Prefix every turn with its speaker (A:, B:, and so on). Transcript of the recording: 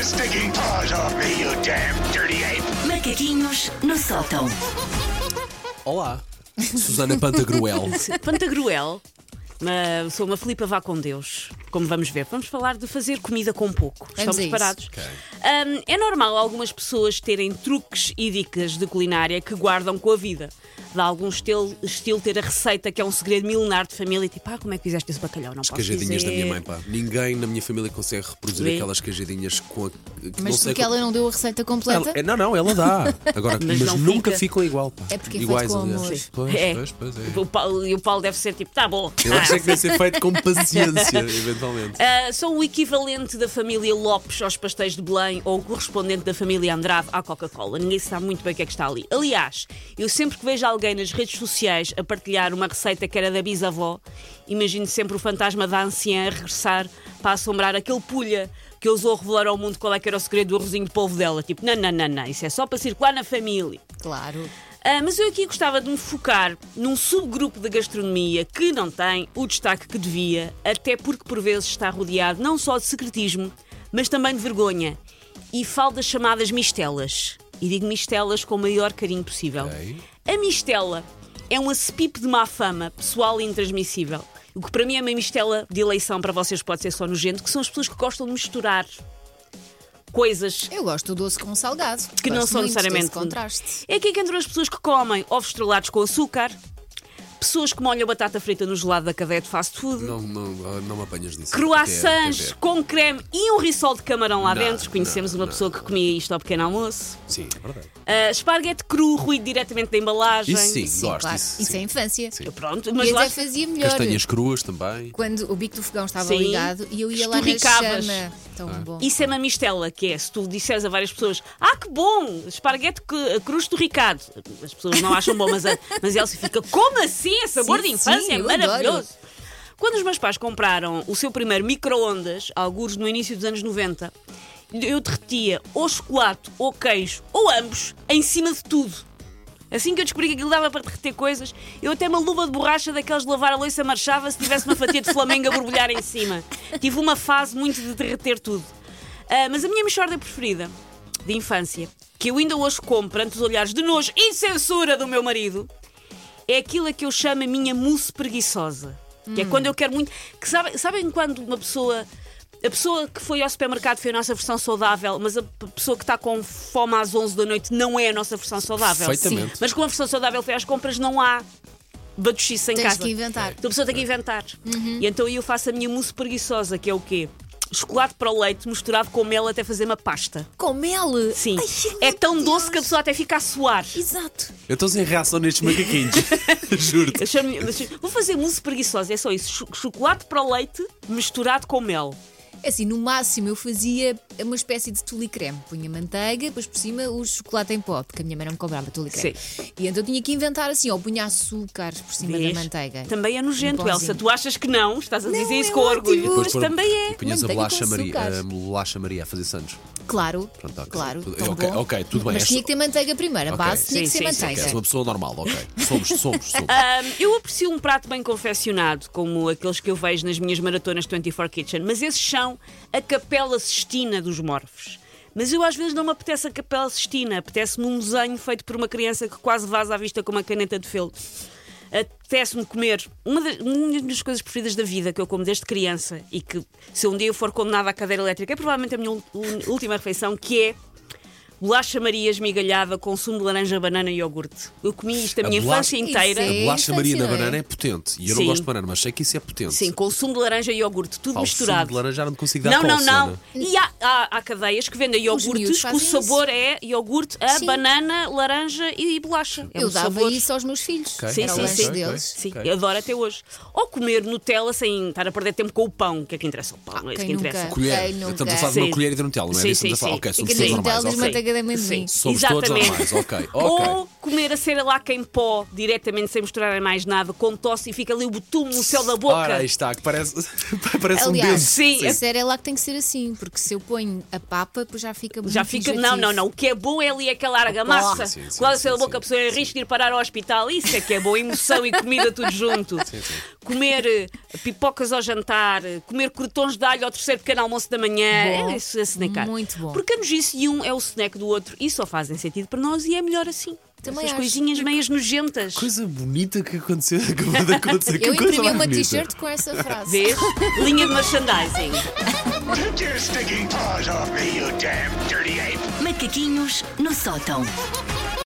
A: stinking paws off me, you damn dirty ape!
B: Macaquinhos no sótão.
C: Olá, Susana Pantagruel.
D: Pantagruel, sou uma Filipa vá com Deus. Como vamos ver, vamos falar de fazer comida com pouco. Estão
E: Vamos a isso.
D: preparados?
C: Ok.
D: É normal algumas pessoas terem truques e dicas de culinária que guardam com a vida. Dá algum estilo ter a receita que é um segredo milenar de família. Tipo, como é que fizeste esse bacalhau? Não
C: As
D: posso
C: cajadinhas
D: dizer.
C: da minha mãe, pá. Ninguém na minha família consegue reproduzir
D: Vê?
C: aquelas cajadinhas com a.
E: Mas porque ela não deu a receita completa?
C: Não, ela dá. Agora,
D: Mas
C: mas
D: não
C: nunca
D: fica.
C: ficam igual, pá.
E: É porque é
C: iguais,
E: feito com
C: aliás.
E: amor.
C: Pois é.
D: E o Paulo deve ser tipo, tá bom.
C: Eu acho que deve ser feito com paciência, eventualmente.
D: São o equivalente da família Lopes aos pastéis de Belém ou o correspondente da família Andrade à Coca-Cola. Ninguém sabe muito bem o que é que está ali. Aliás, eu sempre que vejo alguém nas redes sociais a partilhar uma receita que era da bisavó, imagino sempre o fantasma da anciã a regressar para assombrar aquele pulha que ousou revelar ao mundo qual é que era o segredo do arrozinho de polvo dela. Tipo, não, isso é só para circular na família.
E: Claro.
D: Mas eu aqui gostava de me focar num subgrupo da gastronomia que não tem o destaque que devia, até porque por vezes está rodeado não só de secretismo, mas também de vergonha. E falo das chamadas mistelas. E digo mistelas com o maior carinho possível.
C: Ok.
D: A mistela é um acepipe de má fama, pessoal e intransmissível. O que para mim é uma mistela de eleição, para vocês pode ser só nojento, que são as pessoas que gostam de misturar coisas
E: Eu gosto do doce com salgado.
D: que não
E: Gosto
D: são
E: muito
D: necessariamente
E: desse contraste.
D: É aqui que entram as pessoas que comem ovos estrelados com açúcar, pessoas que molham batata frita no gelado da cadeia de fast food,
C: Não me apanhas nisso.
D: croissants
C: Até ver.
D: com creme e um risol de camarão lá
C: Não,
D: dentro. Conhecemos uma pessoa que comia isto ao pequeno almoço.
C: Sim, é verdade.
D: Esparguete cru, ruído diretamente da embalagem.
C: Isso sim,
E: Sim,
C: gosto
E: claro.
C: disso.
E: Isso
C: sim.
E: é infância.
D: Pronto,
E: E
D: mas lá
E: até fazia melhor.
C: Castanhas cruas também.
E: Quando o bico do fogão estava
D: Sim.
E: ligado e eu ia lá na
D: Esturricavas.
E: chama. Tão bom.
D: isso é uma mistela, que é, se tu disseres a várias pessoas, que bom, esparguete cruz torricado. As pessoas não acham bom, mas Elsa fica, como assim? É sabor
E: Sim,
D: de infância,
E: sim,
D: é
E: eu
D: maravilhoso.
E: adoro.
D: Quando os meus pais compraram o seu primeiro micro-ondas, algures no início dos anos 90, eu derretia ou chocolate, ou queijo, ou ambos, em cima de tudo. Assim que eu descobri que aquilo dava para derreter coisas, eu até uma luva de borracha daqueles de lavar a louça marchava se tivesse uma fatia de flamengo a borbulhar em cima. Tive uma fase muito de derreter tudo. Mas a minha mixórdia preferida, de infância, que eu ainda hoje como perante os olhares de nojo e censura do meu marido, é aquilo a que eu chamo a minha mousse preguiçosa. Que é quando eu quero muito... Sabem quando uma pessoa... A pessoa que foi ao supermercado foi a nossa versão saudável, mas a pessoa que está com fome às 11 da noite não é a nossa versão saudável.
C: Perfeitamente.
D: Mas como a versão saudável foi às compras, não há batuchice em
E: Tens
D: casa.
E: que inventar.
D: Então a pessoa tem que inventar. E então eu faço a minha mousse preguiçosa, que é o quê? Chocolate para o leite misturado com mel até fazer uma pasta.
E: Com mel?
D: Sim.
E: Ai,
D: É
E: meu
D: tão
E: Deus.
D: doce que a pessoa até fica a suar.
E: Exato.
C: Eu estou sem reação nestes macaquinhos. Juro-te.
D: Eu vou fazer mousse preguiçosa, é só isso. Chocolate para o leite misturado com mel.
E: Assim, no máximo eu fazia uma espécie de tule creme. Punha manteiga, depois por cima o chocolate em pó, porque a minha mãe não me comprava tule creme. E então tinha que inventar assim, ou punha açúcar por cima
D: Vês?
E: da manteiga.
D: Também é nojento,
E: Um
D: Elsa.
E: pãozinho.
D: Tu achas que não? Estás a
E: Não,
D: dizer isso
E: é
D: com orgulho.
E: ótimo.
D: Mas também é.
C: E punhas a
E: Manteiga
C: bolacha
E: com
C: Maria,
E: açúcar.
C: a bolacha Maria a fazer sandes.
E: Claro,
C: Pronto, ok.
E: claro.
C: Ok,
E: tão bom.
C: ok, tudo bem.
E: Mas tinha que ter manteiga primeiro, a
C: Ok.
E: base tinha que
D: Sim,
E: ser
D: sim, sim,
E: manteiga.
C: És uma pessoa normal, ok. Somos.
D: Eu aprecio um prato bem confeccionado, como aqueles que eu vejo nas minhas maratonas 24 Kitchen, mas esses são a Capela Sistina dos Morfos. Mas eu às vezes não me apetece a Capela Sistina, apetece-me um desenho feito por uma criança que quase vaza à vista com uma caneta de feltro. Apetece-me comer uma das coisas preferidas da vida que eu como desde criança e que, se um dia eu for condenada à cadeira elétrica, é provavelmente a minha última refeição, que é bolacha Maria esmigalhada com sumo de laranja, banana e iogurte. Eu comi isto a minha infância inteira.
C: A
E: Isso
C: bolacha Maria na
E: não é?
C: banana é potente. E eu
D: Sim.
C: não gosto de banana, mas sei que isso é potente.
D: Sim, com sumo de laranja e iogurte, tudo
C: Ao
D: misturado.
C: sumo de laranja já não te consigo dar
D: Não.
C: Susana.
D: E há cadeias que vendem
E: miúdos
D: iogurtes que o
E: fazem
D: sabor é iogurte a
E: Sim.
D: banana, laranja e bolacha. É
E: Eu
D: um
E: dava
D: sabor.
E: isso aos meus filhos.
C: Ok.
D: Sim,
E: Era
D: sim,
E: o lanche
D: sim.
E: deles.
D: Sim,
C: Ok.
D: eu adoro até hoje. Ou comer Nutella sem estar a perder tempo com o pão, que é que interessa o pão, não é isso que
E: quem
D: interessa.
E: nunca?
C: Colher.
E: Quem nunca?
C: Estamos a falar de uma
D: Sim.
C: colher e de Nutella, não é?
D: Sim,
C: Isso que estamos a falar.
D: sim,
C: Ok,
D: sim.
C: somos
E: Fica
C: todos
E: de Nutella
C: normais.
E: de
C: ok.
E: manteiga de amendoim.
C: Somos todos normais, ok.
D: Ou comer a cerelac em pó, diretamente sem misturar em mais nada, com tosse e fica ali o betume no céu da boca.
C: Ora, aí está, que parece um
E: Aliás,
C: dente.
D: Sim.
E: a Cerelac tem que ser assim, porque se eu ponho a papa, depois já fica muito
D: Já fica.
E: enjoativo.
D: Não. O que é bom é ali aquela argamassa.
C: Sim, sim,
D: Qual é o
C: sim,
D: céu da
C: sim,
D: boca, a pessoa em risco de ir parar ao hospital. Isso é que é bom. Emoção e comida tudo junto.
C: Sim.
D: Comer pipocas ao jantar, comer crotons de alho ao terceiro pequeno almoço da manhã.
E: Bom,
D: É isso, a snackar.
E: muito bom.
D: Porque a nojice de um é o snack do outro e só fazem sentido para nós e é melhor assim.
E: Também
D: Essas
E: acho.
D: coisinhas meias nojentas.
C: Coisa bonita que aconteceu. Acabou de acontecer.
E: Eu
C: Que coisa
E: imprimi
C: mais
E: uma
C: bonita.
E: t-shirt com essa frase.
D: Vês? Linha de merchandising.
A: Take your stinking paws off me, you damn dirty ape!
B: Macaquinhos no sótão.